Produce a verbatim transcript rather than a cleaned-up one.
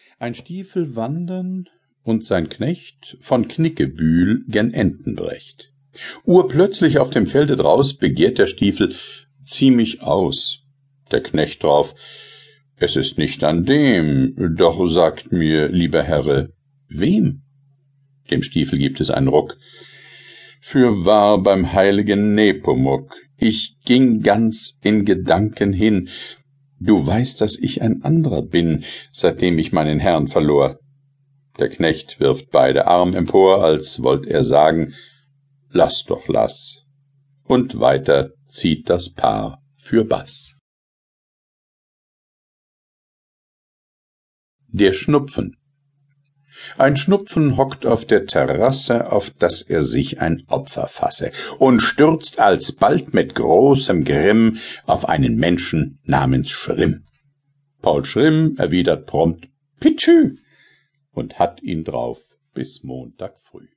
Ein Stiefel wandern und sein Knecht von Knickebühl gen Entenbrecht. Urplötzlich auf dem Felde draus begehrt der Stiefel: »Zieh mich aus.« Der Knecht drauf: »Es ist nicht an dem, doch sagt mir, lieber Herre, wem?« Dem Stiefel gibt es einen Ruck: »Fürwahr beim heiligen Nepomuk, ich ging ganz in Gedanken hin. Du weißt, dass ich ein anderer bin, seitdem ich meinen Herrn verlor.« Der Knecht wirft beide Arm empor, als wollt er sagen: »Lass doch, lass«, und weiter zieht das Paar fürbaß. Der Schnupfen. Ein Schnupfen hockt auf der Terrasse, auf dass er sich ein Opfer fasse, und stürzt alsbald mit großem Grimm auf einen Menschen namens Schrimm. Paul Schrimm erwidert prompt: »Pitschü«, und hat ihn drauf bis Montag früh.